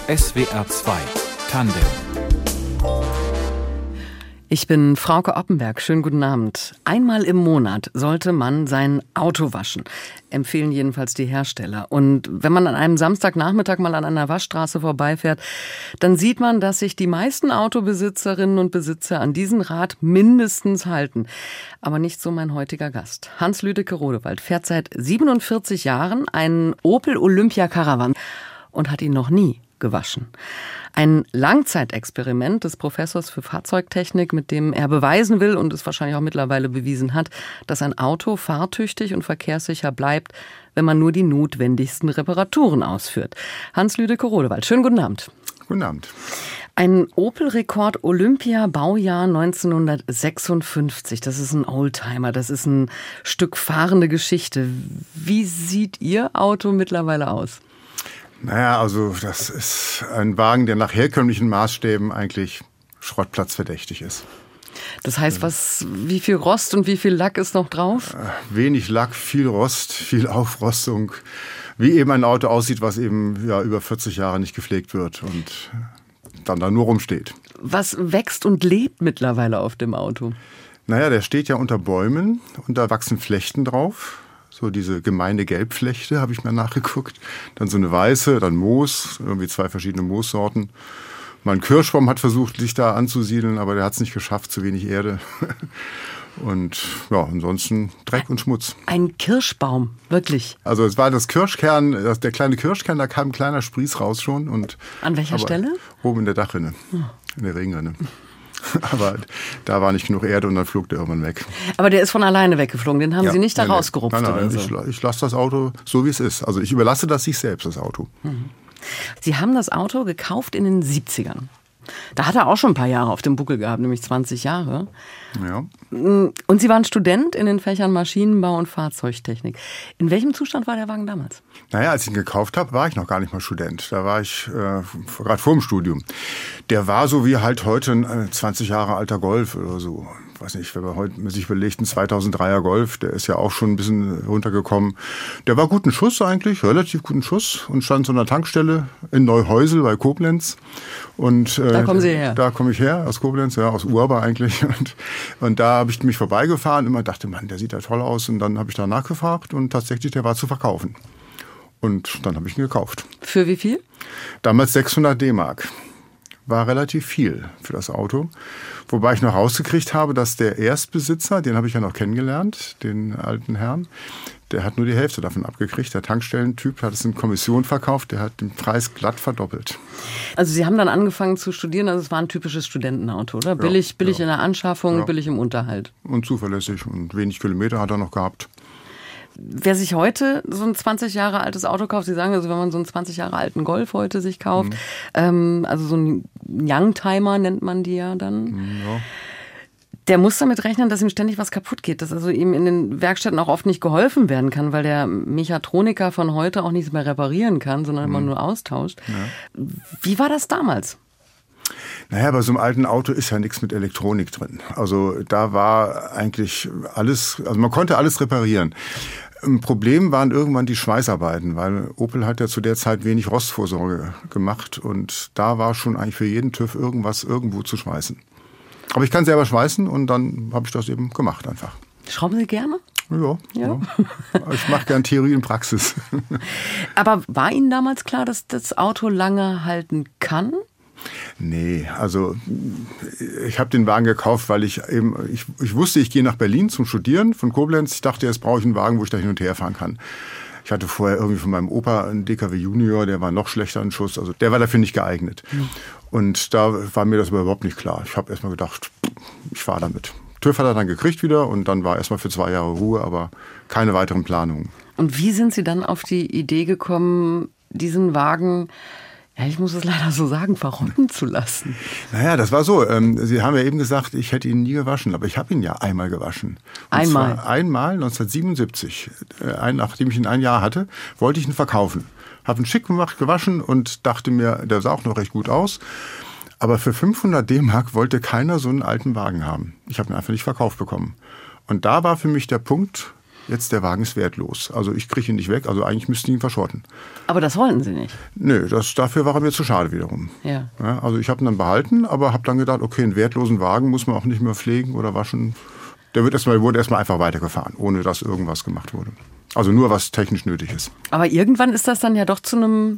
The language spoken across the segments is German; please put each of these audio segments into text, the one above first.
SWR 2 Tandem. Ich bin Frauke Oppenberg. Schönen guten Abend. Einmal im Monat sollte man sein Auto waschen. Empfehlen jedenfalls die Hersteller. Und wenn man an einem Samstagnachmittag mal an einer Waschstraße vorbeifährt, dann sieht man, dass sich die meisten Autobesitzerinnen und Besitzer an diesen Rat mindestens halten. Aber nicht so mein heutiger Gast. Hans Lüdecke Rodewald fährt seit 47 Jahren einen Opel Olympia Caravan und hat ihn noch nie gewaschen. Ein Langzeitexperiment des Professors für Fahrzeugtechnik, mit dem er beweisen will und es wahrscheinlich auch mittlerweile bewiesen hat, dass ein Auto fahrtüchtig und verkehrssicher bleibt, wenn man nur die notwendigsten Reparaturen ausführt. Hans Lüdecke Rodewald, schönen guten Abend. Guten Abend. Ein Opel-Rekord Olympia, Baujahr 1956. Das ist ein Oldtimer, das ist ein Stück fahrende Geschichte. Wie sieht Ihr Auto mittlerweile aus? Naja, also das ist ein Wagen, der nach herkömmlichen Maßstäben eigentlich schrottplatzverdächtig ist. Das heißt, wie viel Rost und wie viel Lack ist noch drauf? Wenig Lack, viel Rost, viel Aufrostung. Wie eben ein Auto aussieht, was eben über 40 Jahre nicht gepflegt wird und dann da nur rumsteht. Was wächst und lebt mittlerweile auf dem Auto? Naja, der steht ja unter Bäumen und da wachsen Flechten drauf. So diese gemeine Gelbflechte habe ich mir nachgeguckt. Dann so eine weiße, dann Moos, irgendwie 2 verschiedene Moossorten. Mein Kirschbaum hat versucht, sich da anzusiedeln, aber der hat es nicht geschafft, zu wenig Erde. Und ja, ansonsten Dreck und Schmutz. Ein Kirschbaum, wirklich? Also es war das Kirschkern, der kleine Kirschkern, da kam ein kleiner Sprieß raus schon. Und an welcher Stelle? Oben in der Dachrinne, in der Regenrinne. Aber da war nicht genug Erde und dann flog der irgendwann weg. Aber der ist von alleine weggeflogen, den haben Sie nicht da rausgerupft? Nein, oder so? Ich lasse das Auto so, wie es ist. Also ich überlasse das sich selbst, das Auto. Sie haben das Auto gekauft in den 70ern. Da hat er auch schon ein paar Jahre auf dem Buckel gehabt, nämlich 20 Jahre. Ja. Und Sie waren Student in den Fächern Maschinenbau und Fahrzeugtechnik. In welchem Zustand war der Wagen damals? Naja, als ich ihn gekauft habe, war ich noch gar nicht mal Student. Da war ich gerade vor dem Studium. Der war so wie halt heute ein 20 Jahre alter Golf oder so. Ich weiß nicht, wenn man heute sich überlegt, ein 2003er Golf, der ist ja auch schon ein bisschen runtergekommen. Der war guten Schuss eigentlich, relativ guten Schuss und stand so an der Tankstelle in Neuhäusel bei Koblenz. Und da kommen Sie her? Da komme ich her, aus Koblenz, ja, aus Urba eigentlich. Und da habe ich mich vorbeigefahren und immer dachte, Mann, der sieht ja toll aus. Und dann habe ich da nachgefragt und tatsächlich, der war zu verkaufen. Und dann habe ich ihn gekauft. Für wie viel? Damals 600 D-Mark. War relativ viel für das Auto. Wobei ich noch rausgekriegt habe, dass der Erstbesitzer, den habe ich ja noch kennengelernt, den alten Herrn, der hat nur die Hälfte davon abgekriegt. Der Tankstellentyp hat es in Kommission verkauft, der hat den Preis glatt verdoppelt. Also Sie haben dann angefangen zu studieren, also es war ein typisches Studentenauto, oder? Billig in der Anschaffung, billig im Unterhalt. Und zuverlässig und wenig Kilometer hat er noch gehabt. Wer sich heute so ein 20 Jahre altes Auto kauft, Sie sagen, also wenn man so einen 20 Jahre alten Golf heute sich kauft, also so ein Youngtimer nennt man die ja dann, der muss damit rechnen, dass ihm ständig was kaputt geht, dass also ihm in den Werkstätten auch oft nicht geholfen werden kann, weil der Mechatroniker von heute auch nichts mehr reparieren kann, sondern immer nur austauscht. Ja. Wie war das damals? Naja, bei so einem alten Auto ist ja nichts mit Elektronik drin. Also da war eigentlich alles, also man konnte alles reparieren. Ein Problem waren irgendwann die Schweißarbeiten, weil Opel hat ja zu der Zeit wenig Rostvorsorge gemacht und da war schon eigentlich für jeden TÜV irgendwas irgendwo zu schweißen. Aber ich kann selber schweißen und dann habe ich das eben gemacht einfach. Schrauben Sie gerne? Ja. Ich mache gern Theorie und Praxis. Aber war Ihnen damals klar, dass das Auto lange halten kann? Nee, also ich habe den Wagen gekauft, weil ich wusste, ich gehe nach Berlin zum Studieren von Koblenz. Ich dachte, jetzt brauche ich einen Wagen, wo ich da hin und her fahren kann. Ich hatte vorher irgendwie von meinem Opa einen DKW Junior, der war noch schlechter in Schuss. Also der war dafür nicht geeignet. Und da war mir das aber überhaupt nicht klar. Ich habe erstmal gedacht, ich fahre damit. TÜV hat er dann gekriegt wieder und dann war erstmal für 2 Jahre Ruhe, aber keine weiteren Planungen. Und wie sind Sie dann auf die Idee gekommen, diesen Wagen, ja, ich muss es leider so sagen, verrotten zu lassen? Naja, das war so. Sie haben ja eben gesagt, ich hätte ihn nie gewaschen, aber ich habe ihn ja einmal gewaschen. Einmal? Einmal 1977. Nachdem ich ihn ein Jahr hatte, wollte ich ihn verkaufen. Habe ihn schick gemacht, gewaschen und dachte mir, der sah auch noch recht gut aus. Aber für 500 D-Mark wollte keiner so einen alten Wagen haben. Ich habe ihn einfach nicht verkauft bekommen. Und da war für mich der Punkt, jetzt der Wagen ist wertlos. Also ich kriege ihn nicht weg, also eigentlich müssten die ihn verschrotten. Aber das wollten Sie nicht? Nö, dafür war er mir zu schade wiederum. Ja. Ja, also ich habe ihn dann behalten, aber habe dann gedacht, okay, einen wertlosen Wagen muss man auch nicht mehr pflegen oder waschen. Der wurde erstmal einfach weitergefahren, ohne dass irgendwas gemacht wurde. Also nur, was technisch nötig ist. Aber irgendwann ist das dann ja doch zu einem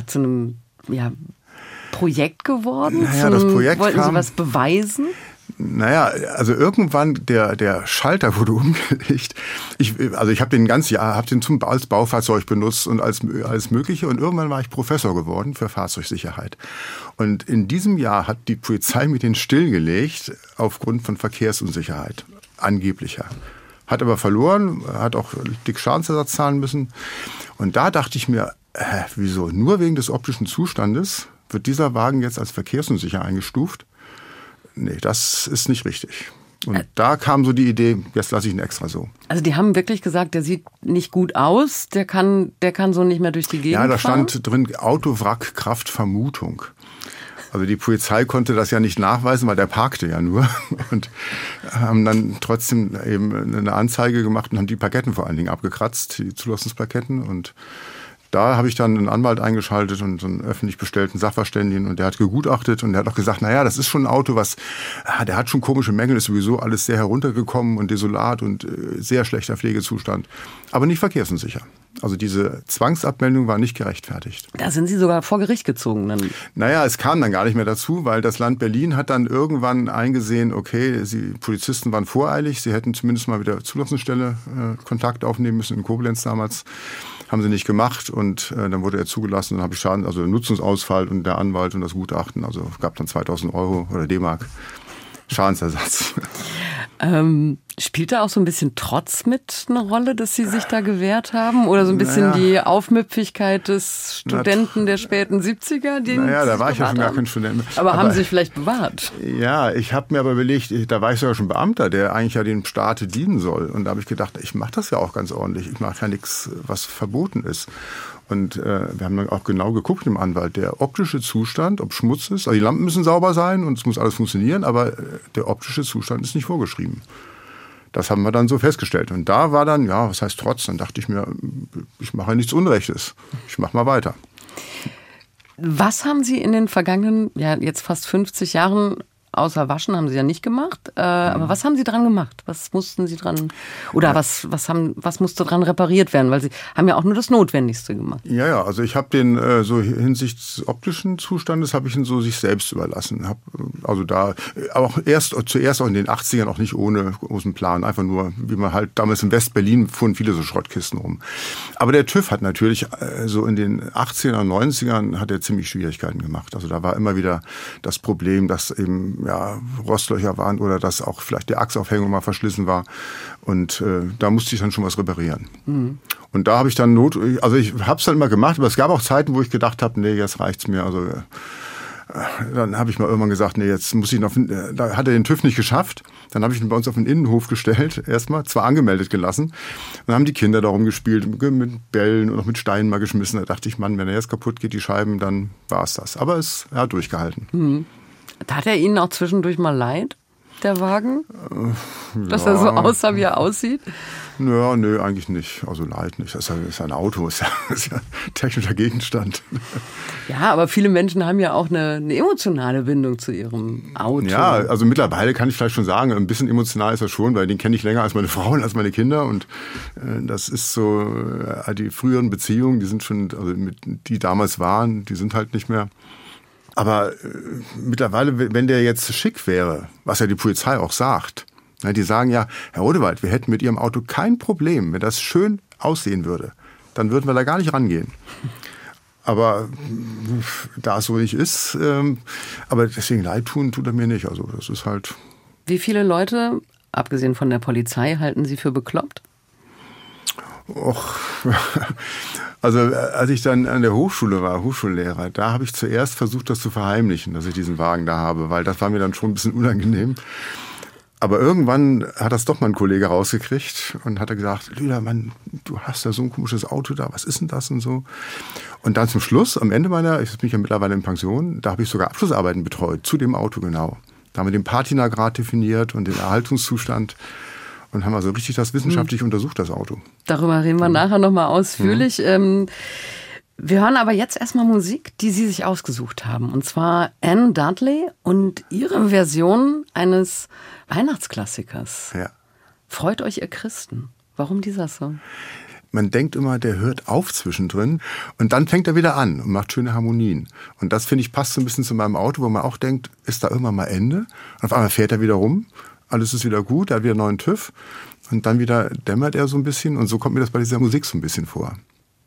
Projekt geworden? Naja, das Projekt wollten Sie was beweisen? Naja, also irgendwann der Schalter wurde umgelegt. Ich habe den als Baufahrzeug benutzt und als Mögliche. Und irgendwann war ich Professor geworden für Fahrzeugsicherheit. Und in diesem Jahr hat die Polizei mir den stillgelegt aufgrund von Verkehrsunsicherheit. Angeblicher. Hat aber verloren, hat auch dick Schadensersatz zahlen müssen. Und da dachte ich mir, wieso? Nur wegen des optischen Zustandes wird dieser Wagen jetzt als verkehrsunsicher eingestuft? Nee, das ist nicht richtig. Und da kam so die Idee, jetzt lasse ich ihn extra so. Also die haben wirklich gesagt, der sieht nicht gut aus, der kann so nicht mehr durch die Gegend fahren? Ja, da stand drin Autowrack, Kraftvermutung. Also die Polizei konnte das ja nicht nachweisen, weil der parkte ja nur. Und haben dann trotzdem eben eine Anzeige gemacht und haben die Plaketten vor allen Dingen abgekratzt, die Zulassungsplaketten. Und da habe ich dann einen Anwalt eingeschaltet und so einen öffentlich bestellten Sachverständigen und der hat gegutachtet und der hat auch gesagt, naja, das ist schon ein Auto, der hat schon komische Mängel, ist sowieso alles sehr heruntergekommen und desolat und sehr schlechter Pflegezustand, aber nicht verkehrsunsicher. Also diese Zwangsabmeldung war nicht gerechtfertigt. Da sind Sie sogar vor Gericht gezogen dann? Naja, es kam dann gar nicht mehr dazu, weil das Land Berlin hat dann irgendwann eingesehen, okay, die Polizisten waren voreilig, sie hätten zumindest mal mit der Zulassungsstelle Kontakt aufnehmen müssen, in Koblenz damals. Haben sie nicht gemacht und dann wurde er zugelassen. Dann habe ich Nutzungsausfall und der Anwalt und das Gutachten. Also gab dann 2.000 € oder D-Mark Schadensersatz. Spielt da auch so ein bisschen Trotz mit eine Rolle, dass Sie sich da gewehrt haben? Oder so ein bisschen die Aufmüpfigkeit des Studenten der späten 70er? Da war ich ja schon gar kein Student mehr. Aber haben Sie sich vielleicht bewahrt? Ja, ich habe mir aber überlegt, da war ich sogar schon Beamter, der eigentlich ja dem Staate dienen soll. Und da habe ich gedacht, ich mache das ja auch ganz ordentlich. Ich mache ja nichts, was verboten ist. Und wir haben dann auch genau geguckt im Anwalt, der optische Zustand, ob Schmutz ist, also die Lampen müssen sauber sein und es muss alles funktionieren, aber der optische Zustand ist nicht vorgeschrieben. Das haben wir dann so festgestellt. Und da war dann, was heißt Trotz? Dann dachte ich mir, ich mache nichts Unrechtes. Ich mache mal weiter. Was haben Sie in den vergangenen, jetzt fast 50 Jahren, außer waschen haben Sie ja nicht gemacht, aber was haben Sie dran gemacht? Was mussten Sie dran, oder was musste dran repariert werden? Weil Sie haben ja auch nur das Notwendigste gemacht. Ja, also ich habe den so hinsichtlich des optischen Zustandes habe ich ihn so sich selbst überlassen. Also da auch zuerst auch in den 80ern auch nicht ohne großen Plan, einfach nur, wie man halt damals in West-Berlin fuhren viele so Schrottkisten rum. Aber der TÜV hat natürlich so in den 80ern und 90ern hat er ziemlich Schwierigkeiten gemacht. Also da war immer wieder das Problem, dass eben Rostlöcher waren oder dass auch vielleicht die Achsaufhängung mal verschlissen war. Und da musste ich dann schon was reparieren. Mhm. Und da habe ich dann ich habe es dann immer gemacht, aber es gab auch Zeiten, wo ich gedacht habe, nee, jetzt reicht's mir. Also dann habe ich mal irgendwann gesagt, nee, jetzt muss ich noch, da hat er den TÜV nicht geschafft. Dann habe ich ihn bei uns auf den Innenhof gestellt, erstmal, zwar angemeldet gelassen. Dann haben die Kinder da rumgespielt, mit Bällen und auch mit Steinen mal geschmissen. Da dachte ich, Mann, wenn er jetzt kaputt geht, die Scheiben, dann war es das. Aber er hat durchgehalten. Mhm. Hat er Ihnen auch zwischendurch mal leid, der Wagen? Dass er so aussah, wie er aussieht? Ja, nö, eigentlich nicht. Also leid nicht. Das ist ein Auto, ist ja ein technischer Gegenstand. Ja, aber viele Menschen haben ja auch eine emotionale Bindung zu ihrem Auto. Ja, also mittlerweile kann ich vielleicht schon sagen, ein bisschen emotional ist er schon, weil den kenne ich länger als meine Frau und als meine Kinder. Und das ist so, die früheren Beziehungen, die sind schon, also die damals waren, die sind halt nicht mehr. Aber mittlerweile, wenn der jetzt schick wäre, was ja die Polizei auch sagt, die sagen ja, Herr Rodewald, wir hätten mit Ihrem Auto kein Problem, wenn das schön aussehen würde, dann würden wir da gar nicht rangehen. Aber da es so nicht ist, aber deswegen leid tut er mir nicht. Also das ist halt. Wie viele Leute, abgesehen von der Polizei, halten Sie für bekloppt? Och, also als ich dann an der Hochschule war, Hochschullehrer, da habe ich zuerst versucht, das zu verheimlichen, dass ich diesen Wagen da habe, weil das war mir dann schon ein bisschen unangenehm. Aber irgendwann hat das doch mal ein Kollege rausgekriegt und hat gesagt, Lüder, Mann, du hast ja so ein komisches Auto da, was ist denn das und so. Und dann zum Schluss, am Ende ich bin ja mittlerweile in Pension, da habe ich sogar Abschlussarbeiten betreut, zu dem Auto genau. Da haben wir den Patinagrad definiert und den Erhaltungszustand. und haben also richtig das wissenschaftlich untersucht, das Auto. Darüber reden wir nachher nochmal ausführlich. Wir hören aber jetzt erstmal Musik, die Sie sich ausgesucht haben. Und zwar Anne Dudley und ihre Version eines Weihnachtsklassikers. Ja. Freut euch, ihr Christen. Warum dieser Song? Man denkt immer, der hört auf zwischendrin und dann fängt er wieder an und macht schöne Harmonien. Und das, finde ich, passt so ein bisschen zu meinem Auto, wo man auch denkt, ist da irgendwann mal Ende? Und auf einmal fährt er wieder rum, alles ist wieder gut, er hat wieder einen neuen TÜV und dann wieder dämmert er so ein bisschen und so kommt mir das bei dieser Musik so ein bisschen vor.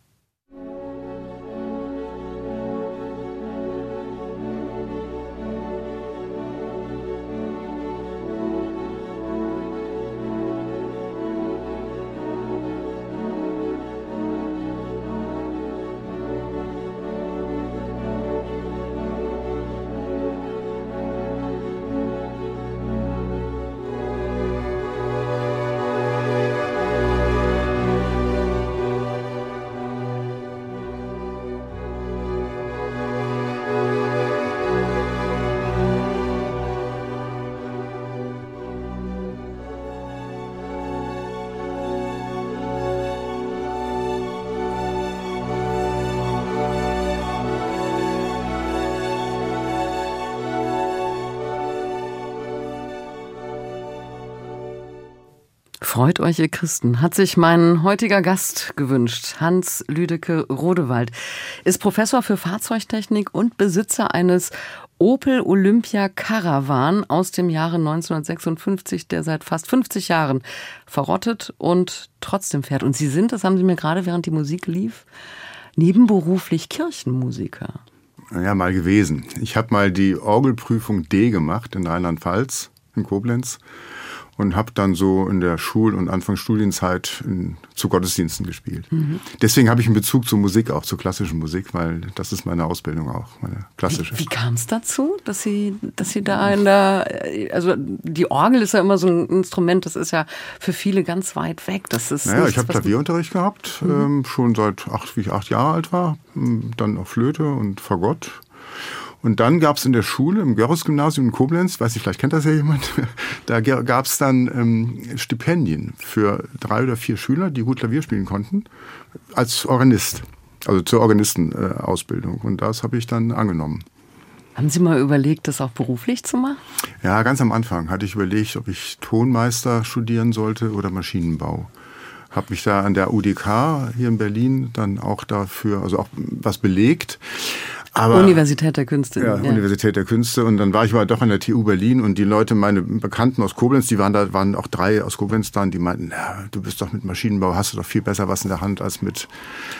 Freut euch, ihr Christen, hat sich mein heutiger Gast gewünscht. Hans Lüdecke-Rodewald ist Professor für Fahrzeugtechnik und Besitzer eines Opel Olympia Caravan aus dem Jahre 1956, der seit fast 50 Jahren verrottet und trotzdem fährt. Und Sie sind, das haben Sie mir gerade, während die Musik lief, nebenberuflich Kirchenmusiker. Ja, mal gewesen. Ich habe mal die Orgelprüfung D gemacht in Rheinland-Pfalz, in Koblenz. Und habe dann so in der Schul- und Anfangsstudienzeit zu Gottesdiensten gespielt. Mhm. Deswegen habe ich einen Bezug zur Musik, auch zur klassischen Musik, weil das ist meine Ausbildung auch, meine klassische. Wie kam es dazu, dass Sie da in der, also die Orgel ist ja immer so ein Instrument, das ist ja für viele ganz weit weg. Das ist naja, ich habe Klavierunterricht gehabt, schon seit wie ich 8 Jahre alt war, dann auch Flöte und Fagott. Und dann gab es in der Schule, im Görres-Gymnasium in Koblenz, weiß ich, vielleicht kennt das ja jemand, da gab es dann Stipendien für 3 oder 4 Schüler, die gut Klavier spielen konnten, als Organist, also zur Organistenausbildung. Und das habe ich dann angenommen. Haben Sie mal überlegt, das auch beruflich zu machen? Ja, ganz am Anfang hatte ich überlegt, ob ich Tonmeister studieren sollte oder Maschinenbau. Habe mich da an der UDK hier in Berlin dann auch dafür, also auch was belegt. Aber, Universität der Künste. Ja, Universität der Künste. Und dann war ich mal doch an der TU Berlin und die Leute, meine Bekannten aus Koblenz, die waren auch 3 aus Koblenz da und die meinten, na, du bist doch mit Maschinenbau, hast du doch viel besser was in der Hand als mit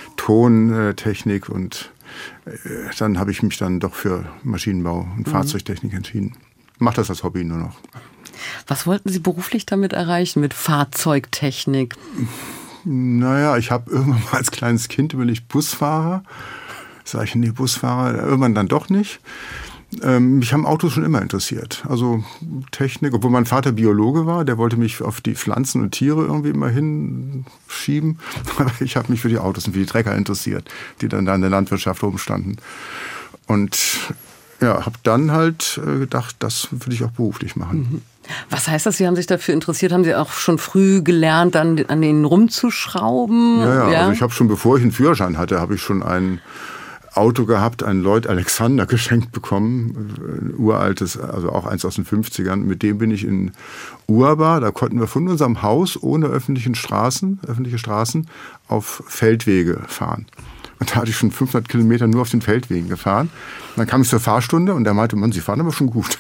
Tontechnik. Und dann habe ich mich dann doch für Maschinenbau und Fahrzeugtechnik entschieden. Mach das als Hobby nur noch. Was wollten Sie beruflich damit erreichen, mit Fahrzeugtechnik? Naja, ich habe irgendwann mal als kleines Kind überlegt, Busfahrer. Sag ich, nee, Busfahrer, irgendwann dann doch nicht. Mich haben Autos schon immer interessiert. Also Technik, obwohl mein Vater Biologe war, der wollte mich auf die Pflanzen und Tiere irgendwie immer hinschieben. Aber ich habe mich für die Autos und für die Trecker interessiert, die dann da in der Landwirtschaft rumstanden. Und ja, habe dann halt gedacht, das würde ich auch beruflich machen. Was heißt das? Sie haben sich dafür interessiert? Haben Sie auch schon früh gelernt, an denen rumzuschrauben? Ja, also ich habe schon, bevor ich einen Führerschein hatte, habe ich schon ein Auto gehabt, ein Lloyd Alexander geschenkt bekommen, ein uraltes, also auch eins aus den 50ern. Mit dem bin ich in Urbar, da konnten wir von unserem Haus ohne öffentliche Straßen auf Feldwege fahren. Und da hatte ich schon 500 Kilometer nur auf den Feldwegen gefahren. Und dann kam ich zur Fahrstunde und der meinte, Mann, Sie fahren aber schon gut.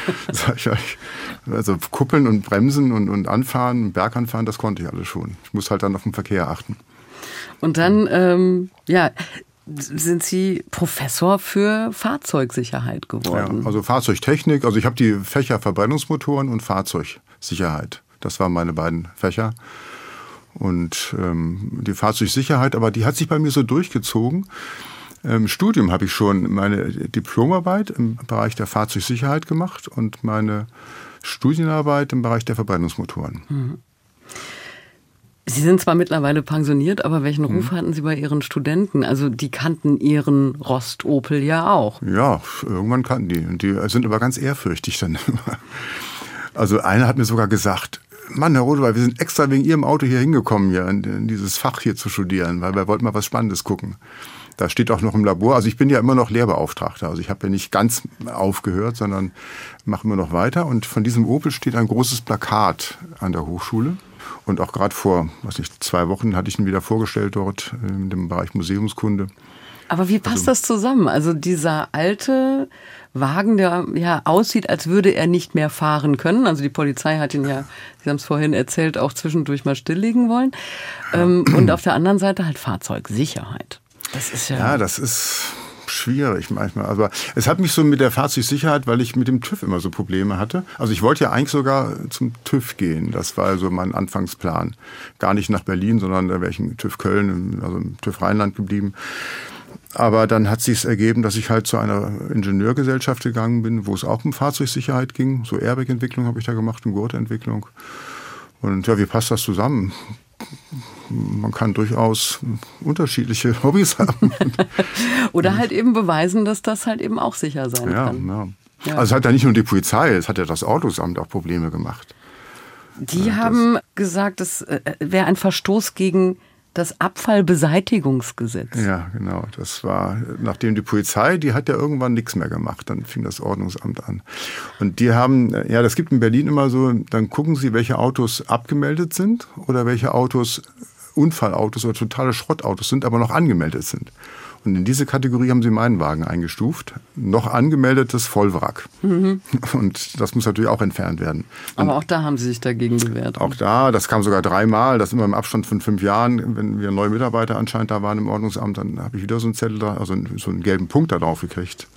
Also Kuppeln und Bremsen und Anfahren und Berganfahren, das konnte ich alles schon. Ich muss halt dann auf den Verkehr achten. Und dann, sind Sie Professor für Fahrzeugsicherheit geworden. Ja, also Fahrzeugtechnik, also ich habe die Fächer Verbrennungsmotoren und Fahrzeugsicherheit. Das waren meine beiden Fächer. Und die Fahrzeugsicherheit, aber die hat sich bei mir so durchgezogen. Im Studium habe ich schon meine Diplomarbeit im Bereich der Fahrzeugsicherheit gemacht und meine Studienarbeit im Bereich der Verbrennungsmotoren. Mhm. Sie sind zwar mittlerweile pensioniert, aber welchen Ruf hatten Sie bei Ihren Studenten? Also die kannten Ihren Rost-Opel ja auch. Ja, irgendwann kannten die. Und die sind aber ganz ehrfürchtig dann immer. Also einer hat mir sogar gesagt, Mann, Herr Rodewald, wir sind extra wegen Ihrem Auto hier hingekommen, hier in dieses Fach hier zu studieren, weil wir wollten mal was Spannendes gucken. Da steht auch noch im Labor, also ich bin ja immer noch Lehrbeauftragter, also ich habe ja nicht ganz aufgehört, sondern mache immer noch weiter. Und von diesem Opel steht ein großes Plakat an der Hochschule. Und auch gerade vor, 2 Wochen hatte ich ihn wieder vorgestellt dort in dem Bereich Museumskunde. Aber wie passt das zusammen? Also dieser alte Wagen, der ja aussieht, als würde er nicht mehr fahren können. Also die Polizei hat ihn ja, Sie haben es vorhin erzählt, auch zwischendurch mal stilllegen wollen. Und auf der anderen Seite halt Fahrzeugsicherheit. Das ist ja, das ist schwierig manchmal. Aber es hat mich so mit der Fahrzeugsicherheit, weil ich mit dem TÜV immer so Probleme hatte. Also ich wollte ja eigentlich sogar zum TÜV gehen. Das war also mein Anfangsplan. Gar nicht nach Berlin, sondern da wäre ich im TÜV Köln, also im TÜV Rheinland geblieben. Aber dann hat sich's ergeben, dass ich halt zu einer Ingenieurgesellschaft gegangen bin, wo es auch um Fahrzeugsicherheit ging. So Airbag-Entwicklung habe ich da gemacht, und Gurtentwicklung. Und ja, wie passt das zusammen? Man kann durchaus unterschiedliche Hobbys haben. Oder halt eben beweisen, dass das halt eben auch sicher sein kann. Ja. Also es hat ja nicht nur die Polizei, es hat ja das Autosamt auch Probleme gemacht. Die haben gesagt, das wäre ein Verstoß gegen das Abfallbeseitigungsgesetz. Ja, genau. Das war, nachdem die Polizei, die hat ja irgendwann nichts mehr gemacht. Dann fing das Ordnungsamt an. Und die haben, ja, das gibt in Berlin immer so, dann gucken sie, welche Autos abgemeldet sind oder welche Autos Unfallautos oder totale Schrottautos sind, aber noch angemeldet sind. Und in diese Kategorie haben sie meinen Wagen eingestuft. Noch angemeldetes Vollwrack. Mhm. Und das muss natürlich auch entfernt werden. Und aber auch da haben sie sich dagegen gewehrt. Auch da, das kam sogar 3-mal, das immer im Abstand von 5 Jahren. Wenn wir neue Mitarbeiter anscheinend da waren im Ordnungsamt, dann habe ich wieder so einen Zettel da, also so einen gelben Punkt da drauf gekriegt.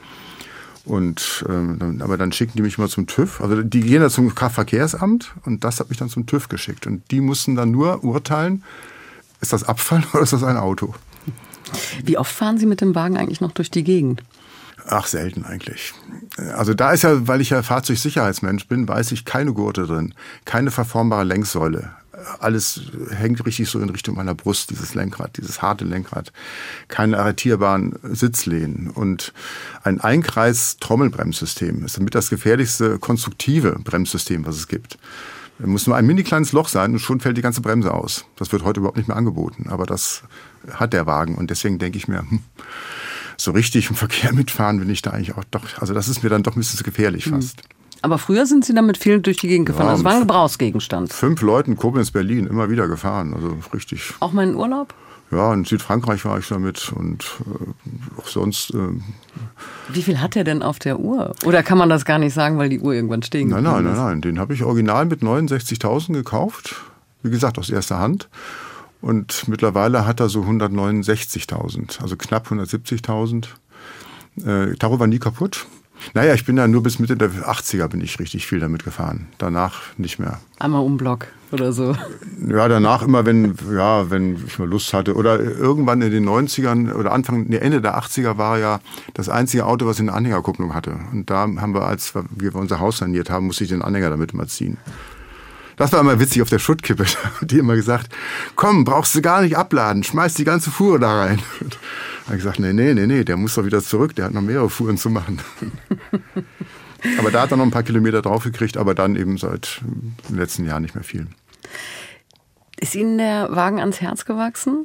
Und aber dann schicken die mich mal zum TÜV. Also die gehen da zum Kraftverkehrsamt und das hat mich dann zum TÜV geschickt. Und die mussten dann nur urteilen, ist das Abfall oder ist das ein Auto? Wie oft fahren Sie mit dem Wagen eigentlich noch durch die Gegend? Ach, selten eigentlich. Also da ist ja, weil ich ja Fahrzeugsicherheitsmensch bin, weiß ich, keine Gurte drin, keine verformbare Lenksäule. Alles hängt richtig so in Richtung meiner Brust, dieses Lenkrad, dieses harte Lenkrad. Keine arretierbaren Sitzlehnen und ein Einkreis-Trommelbremssystem ist damit das gefährlichste konstruktive Bremssystem, was es gibt. Da muss nur ein mini kleines Loch sein und schon fällt die ganze Bremse aus. Das wird heute überhaupt nicht mehr angeboten, aber das hat der Wagen. Und deswegen denke ich mir, so richtig im Verkehr mitfahren will ich da eigentlich auch doch. Also das ist mir dann doch ein bisschen zu gefährlich fast. Aber früher sind Sie damit viel durch die Gegend gefahren. Ja, das war ein Gebrauchsgegenstand. 5 Leuten, Koblenz, Berlin, immer wieder gefahren. Also richtig. Auch mal in Urlaub? Ja, in Südfrankreich war ich damit und auch sonst. Wie viel hat der denn auf der Uhr? Oder kann man das gar nicht sagen, weil die Uhr irgendwann stehen geblieben ist? Nein. Den habe ich original mit 69.000 gekauft. Wie gesagt, aus erster Hand. Und mittlerweile hat er so 169.000, also knapp 170.000. Tacho war nie kaputt. Naja, ich bin da nur bis Mitte der 80er bin ich richtig viel damit gefahren. Danach nicht mehr. Einmal um Block oder so. Ja, danach immer, wenn ich mal Lust hatte. Oder irgendwann in den 90ern oder Ende der 80er war ja das einzige Auto, was eine Anhängerkupplung hatte. Und da haben wir, als wir unser Haus saniert haben, musste ich den Anhänger damit immer ziehen. Das war immer witzig auf der Schuttkippe. Da haben die immer gesagt, komm, brauchst du gar nicht abladen, schmeiß die ganze Fuhre da rein. Da habe ich gesagt, nee, der muss doch wieder zurück, der hat noch mehrere Fuhren zu machen. Aber da hat er noch ein paar Kilometer drauf gekriegt, aber dann eben seit den letzten Jahren nicht mehr viel. Ist Ihnen der Wagen ans Herz gewachsen?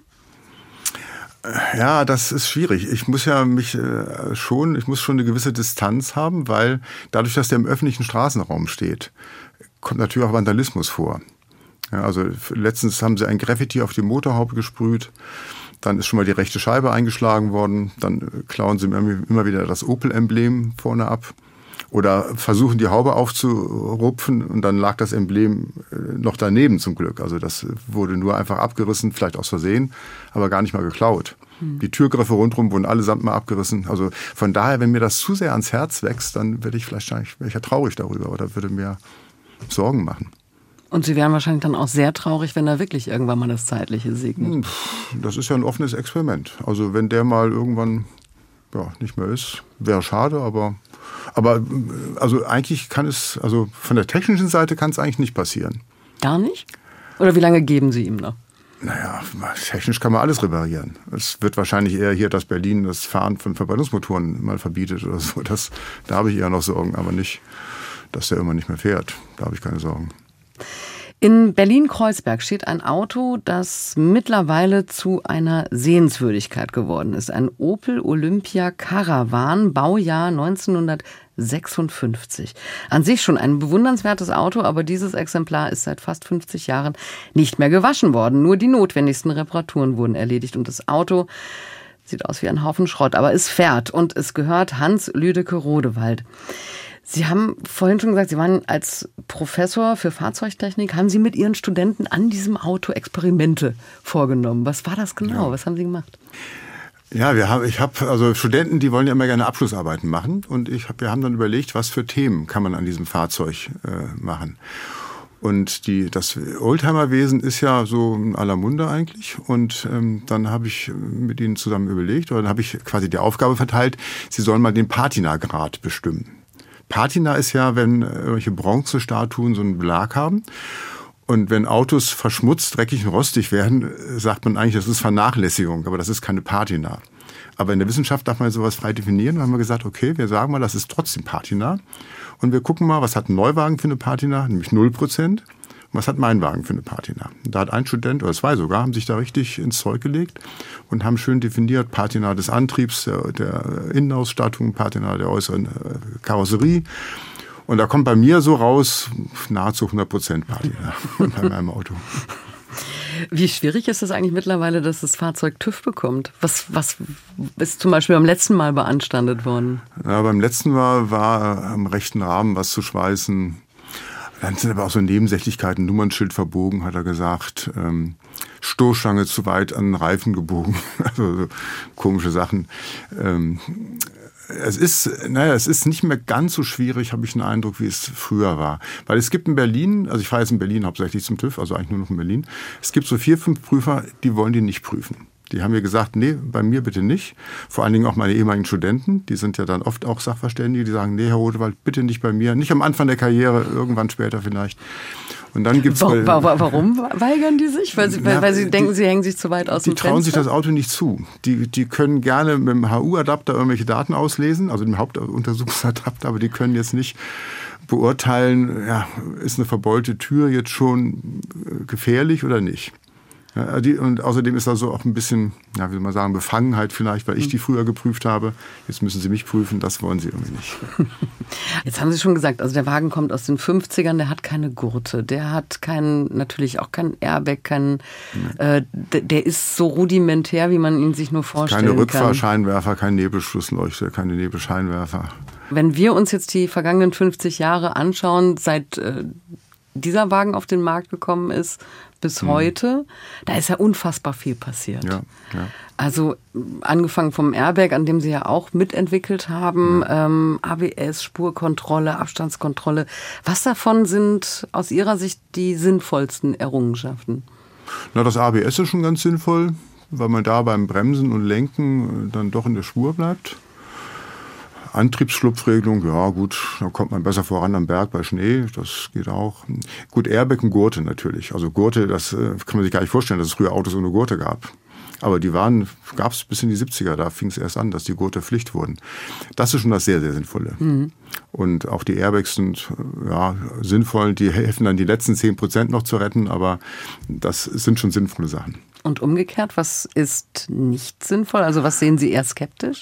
Ja, das ist schwierig. Ich muss schon eine gewisse Distanz haben, weil dadurch, dass der im öffentlichen Straßenraum steht, kommt natürlich auch Vandalismus vor. Ja, also letztens haben sie ein Graffiti auf die Motorhaube gesprüht. Dann ist schon mal die rechte Scheibe eingeschlagen worden. Dann klauen sie immer wieder das Opel-Emblem vorne ab. Oder versuchen die Haube aufzurupfen und dann lag das Emblem noch daneben zum Glück. Also das wurde nur einfach abgerissen, vielleicht aus Versehen, aber gar nicht mal geklaut. Die Türgriffe rundherum wurden allesamt mal abgerissen. Also von daher, wenn mir das zu sehr ans Herz wächst, dann wäre ich ja traurig darüber oder würde mir Sorgen machen. Und Sie wären wahrscheinlich dann auch sehr traurig, wenn er wirklich irgendwann mal das Zeitliche segnet. Das ist ja ein offenes Experiment. Also wenn der mal irgendwann nicht mehr ist, wäre schade, aber also eigentlich kann es, also von der technischen Seite kann es eigentlich nicht passieren. Gar nicht? Oder wie lange geben Sie ihm noch? Naja, technisch kann man alles reparieren. Es wird wahrscheinlich eher hier, dass Berlin das Fahren von Verbrennungsmotoren mal verbietet oder so. Da habe ich eher noch Sorgen, aber nicht, dass der immer nicht mehr fährt. Da habe ich keine Sorgen. In Berlin-Kreuzberg steht ein Auto, das mittlerweile zu einer Sehenswürdigkeit geworden ist. Ein Opel Olympia Caravan, Baujahr 1956. An sich schon ein bewundernswertes Auto, aber dieses Exemplar ist seit fast 50 Jahren nicht mehr gewaschen worden. Nur die notwendigsten Reparaturen wurden erledigt und das Auto sieht aus wie ein Haufen Schrott, aber es fährt und es gehört Hans Lüdecke Rodewald. Sie haben vorhin schon gesagt, Sie waren als Professor für Fahrzeugtechnik, haben Sie mit Ihren Studenten an diesem Auto Experimente vorgenommen. Was war das genau? Ja. Was haben Sie gemacht? Ja, ich habe also Studenten, die wollen ja immer gerne Abschlussarbeiten machen und wir haben dann überlegt, was für Themen kann man an diesem Fahrzeug machen. Und das Oldtimerwesen ist ja so in aller Munde eigentlich. Und dann habe ich mit ihnen zusammen überlegt, oder dann habe ich quasi die Aufgabe verteilt, sie sollen mal den Patinagrad bestimmen. Patina ist ja, wenn irgendwelche Bronzestatuen so einen Belag haben. Und wenn Autos verschmutzt, dreckig und rostig werden, sagt man eigentlich, das ist Vernachlässigung, aber das ist keine Patina. Aber in der Wissenschaft darf man sowas frei definieren. Und dann haben wir gesagt, okay, wir sagen mal, das ist trotzdem Patina. Und wir gucken mal, was hat ein Neuwagen für eine Patina, nämlich 0%. Und was hat mein Wagen für eine Patina? Und da hat ein Student, oder zwei sogar, haben sich da richtig ins Zeug gelegt und haben schön definiert, Patina des Antriebs, der Innenausstattung, Patina der äußeren Karosserie. Und da kommt bei mir so raus, nahezu 100% Patina bei meinem Auto. Wie schwierig ist es eigentlich mittlerweile, dass das Fahrzeug TÜV bekommt? Was ist zum Beispiel beim letzten Mal beanstandet worden? Ja, beim letzten Mal war am rechten Rahmen was zu schweißen. Dann sind aber auch so Nebensächlichkeiten, Nummernschild verbogen, hat er gesagt. Stoßstange zu weit an den Reifen gebogen. Also so komische Sachen. Es ist nicht mehr ganz so schwierig, habe ich den Eindruck, wie es früher war. Weil es gibt in Berlin, also ich fahre jetzt in Berlin hauptsächlich zum TÜV, also eigentlich nur noch in Berlin, es gibt so 4, 5 Prüfer, die wollen die nicht prüfen. Die haben mir gesagt, nee, bei mir bitte nicht. Vor allen Dingen auch meine ehemaligen Studenten, die sind ja dann oft auch Sachverständige, die sagen, nee, Herr Rodewald, bitte nicht bei mir. Nicht am Anfang der Karriere, irgendwann später vielleicht. Und dann gibt's Warum weigern die sich? Weil sie denken, sie hängen sich zu weit aus dem Fenster? Die trauen sich das Auto nicht zu. Die können gerne mit dem HU-Adapter irgendwelche Daten auslesen, also dem Hauptuntersuchungsadapter, aber die können jetzt nicht beurteilen, ja, ist eine verbeulte Tür jetzt schon gefährlich oder nicht. Ja, und außerdem ist da so auch ein bisschen, ja, wie soll man sagen, Befangenheit vielleicht, weil ich die früher geprüft habe. Jetzt müssen sie mich prüfen, das wollen sie irgendwie nicht. Jetzt haben Sie schon gesagt, also der Wagen kommt aus den 50ern, der hat keine Gurte, der hat natürlich auch kein Airbag, der ist so rudimentär, wie man ihn sich nur vorstellen kann. Keine Rückfahrscheinwerfer, kein Nebelschlussleuchter, keine Nebelscheinwerfer. Wenn wir uns jetzt die vergangenen 50 Jahre anschauen, seit dieser Wagen auf den Markt gekommen ist, bis heute, da ist ja unfassbar viel passiert. Ja. Also angefangen vom Airbag, an dem Sie ja auch mitentwickelt haben, ABS, Spurkontrolle, Abstandskontrolle. Was davon sind aus Ihrer Sicht die sinnvollsten Errungenschaften? Na, das ABS ist schon ganz sinnvoll, weil man da beim Bremsen und Lenken dann doch in der Spur bleibt. Antriebsschlupfregelung, ja gut, da kommt man besser voran am Berg bei Schnee, das geht auch. Gut, Airbag und Gurte natürlich. Also Gurte, das kann man sich gar nicht vorstellen, dass es früher Autos ohne Gurte gab. Aber gab es bis in die 70er, da fing es erst an, dass die Gurte Pflicht wurden. Das ist schon das sehr, sehr Sinnvolle. Mhm. Und auch die Airbags sind sinnvoll, die helfen dann die letzten 10% noch zu retten, aber das sind schon sinnvolle Sachen. Und umgekehrt, was ist nicht sinnvoll? Also was sehen Sie eher skeptisch?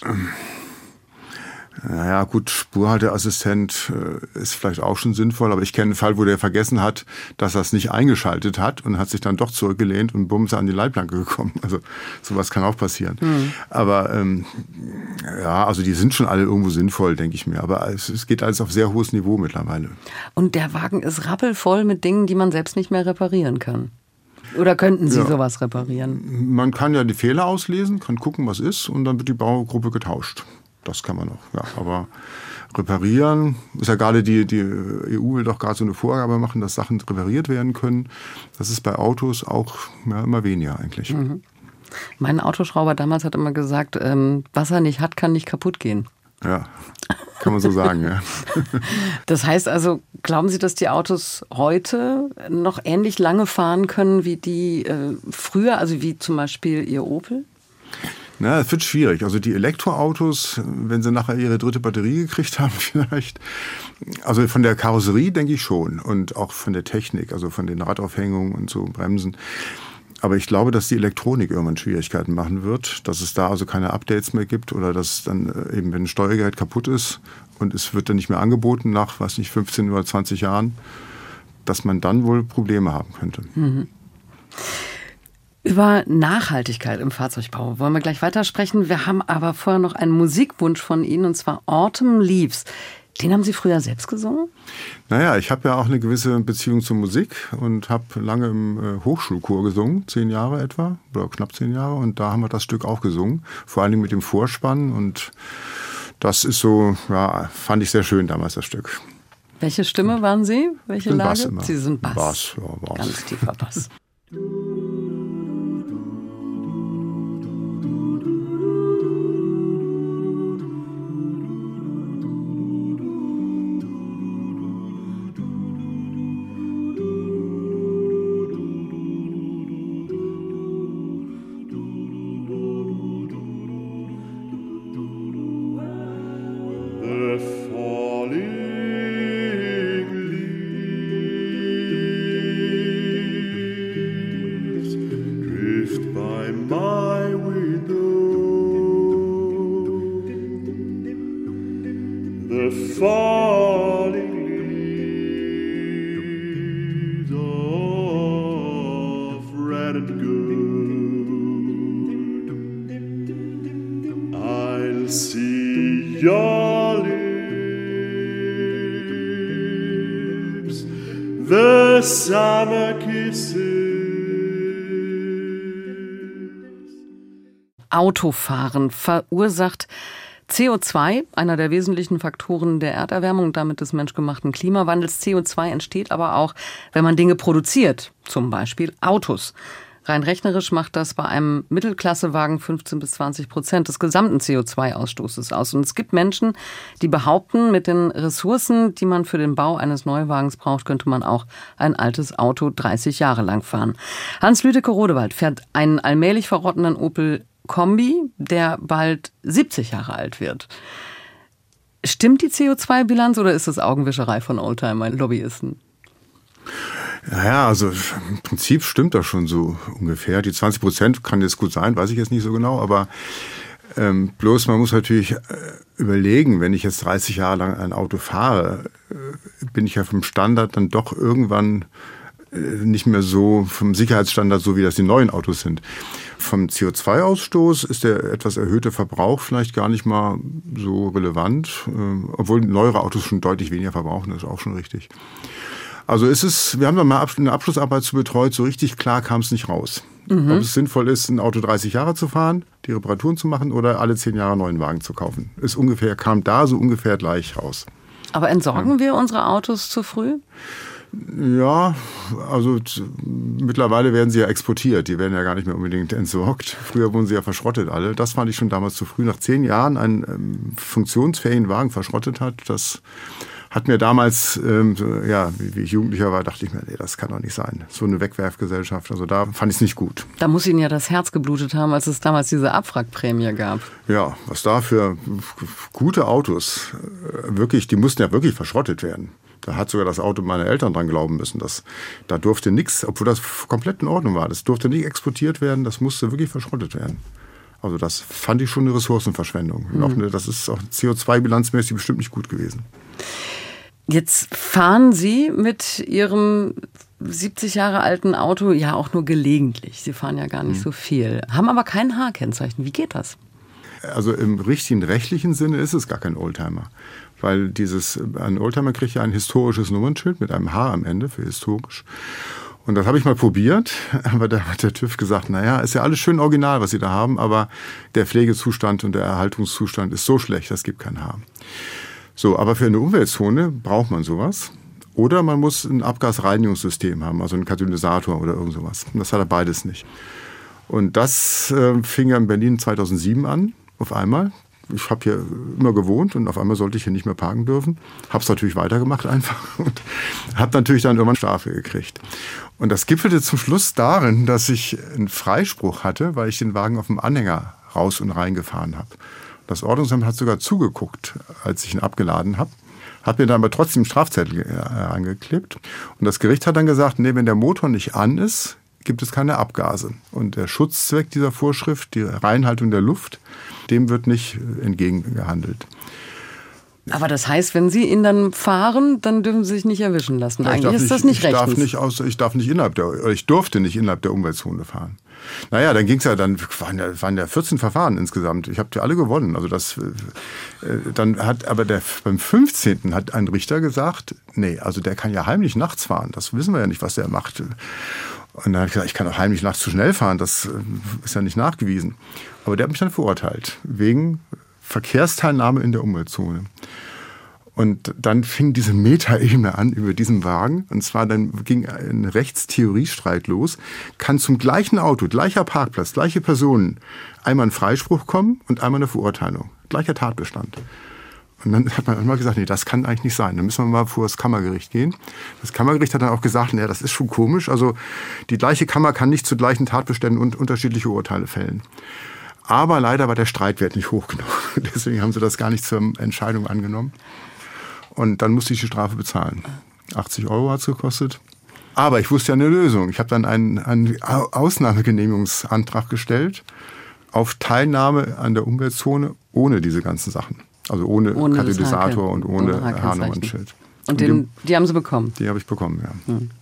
Naja, gut, Spurhalteassistent ist vielleicht auch schon sinnvoll, aber ich kenne einen Fall, wo der vergessen hat, dass er es nicht eingeschaltet hat und hat sich dann doch zurückgelehnt und bums an die Leitplanke gekommen. Also sowas kann auch passieren. Aber also die sind schon alle irgendwo sinnvoll, denke ich mir. Aber es geht alles auf sehr hohes Niveau mittlerweile. Und der Wagen ist rappelvoll mit Dingen, die man selbst nicht mehr reparieren kann. Oder könnten Sie sowas reparieren? Man kann ja die Fehler auslesen, kann gucken, was ist, und dann wird die Baugruppe getauscht. Das kann man noch, ja. Aber reparieren, ist ja gerade die EU will doch gerade so eine Vorgabe machen, dass Sachen repariert werden können. Das ist bei Autos auch immer weniger eigentlich. Mhm. Mein Autoschrauber damals hat immer gesagt, was er nicht hat, kann nicht kaputt gehen. Ja, kann man so sagen, ja. Das heißt also, glauben Sie, dass die Autos heute noch ähnlich lange fahren können wie die früher, also wie zum Beispiel Ihr Opel? Na, es wird schwierig. Also die Elektroautos, wenn sie nachher ihre dritte Batterie gekriegt haben vielleicht, also von der Karosserie denke ich schon und auch von der Technik, also von den Radaufhängungen und so Bremsen. Aber ich glaube, dass die Elektronik irgendwann Schwierigkeiten machen wird, dass es da also keine Updates mehr gibt oder dass dann eben, wenn ein Steuergerät kaputt ist und es wird dann nicht mehr angeboten nach, 15 oder 20 Jahren, dass man dann wohl Probleme haben könnte. Mhm. Über Nachhaltigkeit im Fahrzeugbau wollen wir gleich weitersprechen. Wir haben aber vorher noch einen Musikwunsch von Ihnen, und zwar Autumn Leaves. Den haben Sie früher selbst gesungen? Naja, ich habe ja auch eine gewisse Beziehung zur Musik und habe lange im Hochschulchor gesungen, 10 Jahre etwa, oder knapp 10 Jahre. Und da haben wir das Stück auch gesungen, vor allem mit dem Vorspann. Und das ist so, ja, fand ich sehr schön damals, das Stück. Welche Stimme waren Sie? Welche Lage? Bass immer. Sie sind Bass. Bass, ja, Bass. Ganz tiefer Bass. Autofahren verursacht CO2, einer der wesentlichen Faktoren der Erderwärmung und damit des menschgemachten Klimawandels. CO2 entsteht aber auch, wenn man Dinge produziert, zum Beispiel Autos. Rein rechnerisch macht das bei einem Mittelklassewagen 15-20% des gesamten CO2-Ausstoßes aus. Und es gibt Menschen, die behaupten, mit den Ressourcen, die man für den Bau eines Neuwagens braucht, könnte man auch ein altes Auto 30 Jahre lang fahren. Hans Lüdecke-Rodewald fährt einen allmählich verrottenden Opel Kombi, der bald 70 Jahre alt wird. Stimmt die CO2-Bilanz oder ist das Augenwischerei von Oldtimer-Lobbyisten? Naja, also im Prinzip stimmt das schon so ungefähr. Die 20% kann jetzt gut sein, weiß ich jetzt nicht so genau, aber bloß man muss natürlich überlegen, wenn ich jetzt 30 Jahre lang ein Auto fahre, bin ich ja vom Standard dann doch irgendwann nicht mehr so vom Sicherheitsstandard, so wie das die neuen Autos sind. Vom CO2-Ausstoß ist der etwas erhöhte Verbrauch vielleicht gar nicht mal so relevant, obwohl neuere Autos schon deutlich weniger verbrauchen, das ist auch schon richtig. Also wir haben da mal eine Abschlussarbeit zu betreut, so richtig klar kam es nicht raus. Mhm. Ob es sinnvoll ist, ein Auto 30 Jahre zu fahren, die Reparaturen zu machen oder alle 10 Jahre einen neuen Wagen zu kaufen. Kam da so ungefähr gleich raus. Aber entsorgen wir unsere Autos zu früh? Ja, also mittlerweile werden sie ja exportiert. Die werden ja gar nicht mehr unbedingt entsorgt. Früher wurden sie ja verschrottet alle. Das fand ich schon damals zu früh. Nach 10 Jahren einen funktionsfähigen Wagen verschrottet hat, das hat mir damals, wie ich Jugendlicher war, dachte ich mir, nee, das kann doch nicht sein. So eine Wegwerfgesellschaft, also da fand ich es nicht gut. Da muss Ihnen ja das Herz geblutet haben, als es damals diese Abwrackprämie gab. Ja, was da für gute Autos, wirklich, die mussten ja wirklich verschrottet werden. Da hat sogar das Auto meiner Eltern dran glauben müssen. Da durfte nichts, obwohl das komplett in Ordnung war, das durfte nicht exportiert werden, das musste wirklich verschrottet werden. Also das fand ich schon eine Ressourcenverschwendung. Mhm. Das ist auch CO2-bilanzmäßig bestimmt nicht gut gewesen. Jetzt fahren Sie mit Ihrem 70 Jahre alten Auto ja auch nur gelegentlich. Sie fahren ja gar nicht so viel, haben aber kein H-Kennzeichen. Wie geht das? Also im richtigen rechtlichen Sinne ist es gar kein Oldtimer. Weil ein Oldtimer kriegt ja ein historisches Nummernschild mit einem H am Ende für historisch. Und das habe ich mal probiert, aber da hat der TÜV gesagt, naja, ist ja alles schön original, was Sie da haben, aber der Pflegezustand und der Erhaltungszustand ist so schlecht, das gibt kein H. So, aber für eine Umweltzone braucht man sowas. Oder man muss ein Abgasreinigungssystem haben, also einen Katalysator oder irgend sowas. Und das hat er beides nicht. Und das fing ja in Berlin 2007 an, auf einmal. Ich habe hier immer gewohnt und auf einmal sollte ich hier nicht mehr parken dürfen. Habe es natürlich weitergemacht einfach und habe natürlich dann irgendwann Strafe gekriegt. Und das gipfelte zum Schluss darin, dass ich einen Freispruch hatte, weil ich den Wagen auf dem Anhänger raus und reingefahren habe. Das Ordnungsamt hat sogar zugeguckt, als ich ihn abgeladen habe. Hat mir dann aber trotzdem einen Strafzettel angeklebt. Und das Gericht hat dann gesagt, nee, wenn der Motor nicht an ist, gibt es keine Abgase. Und der Schutzzweck dieser Vorschrift, die Reinhaltung der Luft, dem wird nicht entgegengehandelt. Aber das heißt, wenn Sie ihn dann fahren, dann dürfen Sie sich nicht erwischen lassen. Eigentlich ist das nicht rechtens. Ich durfte nicht innerhalb der Umweltzone fahren. Naja, dann waren ja 14 Verfahren insgesamt. Ich habe die alle gewonnen. Also beim 15. hat ein Richter gesagt, nee, also der kann ja heimlich nachts fahren. Das wissen wir ja nicht, was der macht. Und dann habe ich gesagt, ich kann auch heimlich nachts zu schnell fahren. Das ist ja nicht nachgewiesen. Aber der hat mich dann verurteilt wegen Verkehrsteilnahme in der Umweltzone. Und dann fing diese Metaebene an über diesen Wagen. Und zwar dann ging ein Rechtstheoriestreit los. Kann zum gleichen Auto, gleicher Parkplatz, gleiche Personen einmal ein Freispruch kommen und einmal eine Verurteilung. Gleicher Tatbestand. Und dann hat man immer gesagt, nee, das kann eigentlich nicht sein. Dann müssen wir mal vor das Kammergericht gehen. Das Kammergericht hat dann auch gesagt, nee, das ist schon komisch. Also die gleiche Kammer kann nicht zu gleichen Tatbeständen und unterschiedliche Urteile fällen. Aber leider war der Streitwert nicht hoch genug. Deswegen haben sie das gar nicht zur Entscheidung angenommen. Und dann musste ich die Strafe bezahlen. 80 € hat es gekostet. Aber ich wusste ja eine Lösung. Ich habe dann einen Ausnahmegenehmigungsantrag gestellt auf Teilnahme an der Umweltzone ohne diese ganzen Sachen. Also ohne Katalysator und ohne H-Nummernschild. Und die haben Sie bekommen? Die habe ich bekommen, ja. Hm.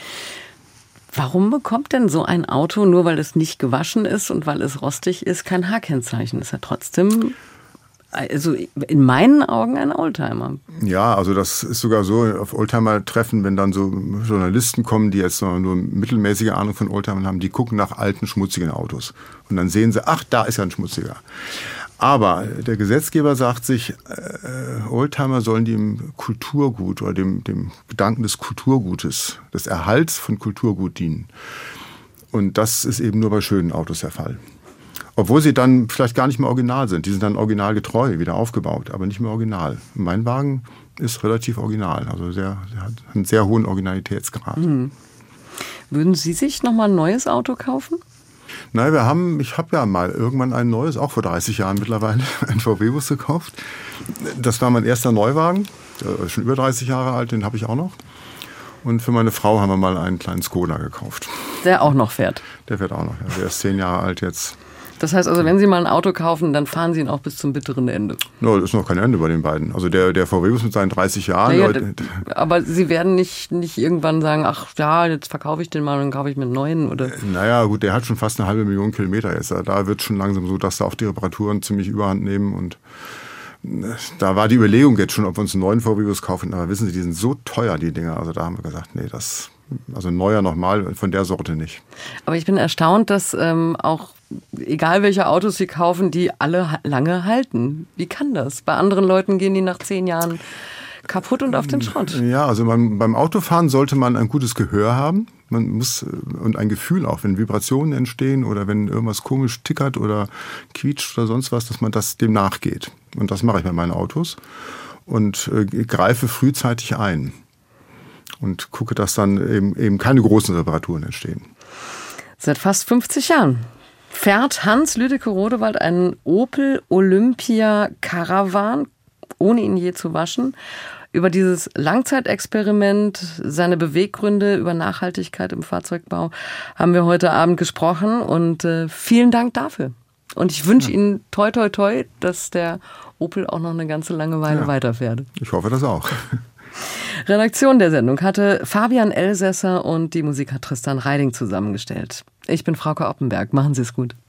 Warum bekommt denn so ein Auto, nur weil es nicht gewaschen ist und weil es rostig ist, kein H-Kennzeichen? Ist ja trotzdem, also in meinen Augen, ein Oldtimer. Ja, also das ist sogar so, auf Oldtimer-Treffen, wenn dann so Journalisten kommen, die jetzt nur mittelmäßige Ahnung von Oldtimern haben, die gucken nach alten, schmutzigen Autos. Und dann sehen sie, ach, da ist ja ein schmutziger. Aber der Gesetzgeber sagt sich, Oldtimer sollen dem Kulturgut oder dem Gedanken des Kulturgutes, des Erhalts von Kulturgut dienen. Und das ist eben nur bei schönen Autos der Fall. Obwohl sie dann vielleicht gar nicht mehr original sind. Die sind dann originalgetreu wieder aufgebaut, aber nicht mehr original. Mein Wagen ist relativ original, also hat einen sehr hohen Originalitätsgrad. Mhm. Würden Sie sich nochmal ein neues Auto kaufen? Nein, ich habe ja mal irgendwann ein neues, auch vor 30 Jahren mittlerweile, ein VW-Bus gekauft. Das war mein erster Neuwagen, schon über 30 Jahre alt, den habe ich auch noch. Und für meine Frau haben wir mal einen kleinen Skoda gekauft. Der auch noch fährt? Der fährt auch noch, ja. Der ist 10 Jahre alt jetzt. Das heißt also, wenn Sie mal ein Auto kaufen, dann fahren Sie ihn auch bis zum bitteren Ende? No, das ist noch kein Ende bei den beiden. Also der VW-Bus mit seinen 30 Jahren. Ja, aber Sie werden nicht irgendwann sagen, ach ja, jetzt verkaufe ich den mal und dann kaufe ich mir einen neuen, oder? Naja, gut, der hat schon fast 500.000 Kilometer jetzt. Da wird es schon langsam so, dass da auch die Reparaturen ziemlich überhand nehmen. Und da war die Überlegung jetzt schon, ob wir uns einen neuen VW-Bus kaufen. Aber wissen Sie, die sind so teuer, die Dinger. Also da haben wir gesagt, nee, also ein neuer nochmal, von der Sorte nicht. Aber ich bin erstaunt, dass auch, egal welche Autos Sie kaufen, die alle lange halten. Wie kann das? Bei anderen Leuten gehen die nach 10 Jahren kaputt und auf den Schrott. Ja, also beim Autofahren sollte man ein gutes Gehör haben. Man muss, und ein Gefühl auch, wenn Vibrationen entstehen oder wenn irgendwas komisch tickert oder quietscht oder sonst was, dass man dem nachgeht. Und das mache ich bei meinen Autos und greife frühzeitig ein. Und gucke, dass dann eben keine großen Reparaturen entstehen. Seit fast 50 Jahren fährt Hans Lüdecke-Rodewald einen Opel Olympia Caravan, ohne ihn je zu waschen. Über dieses Langzeitexperiment, seine Beweggründe, über Nachhaltigkeit im Fahrzeugbau haben wir heute Abend gesprochen. Und vielen Dank dafür. Und ich wünsche Ihnen toi, toi, toi, dass der Opel auch noch eine ganze lange Weile weiterfährt. Ich hoffe das auch. Redaktion der Sendung hatte Fabian Elsässer und die Musik hat Tristan Reiding zusammengestellt. Ich bin Frauke Oppenberg. Machen Sie es gut.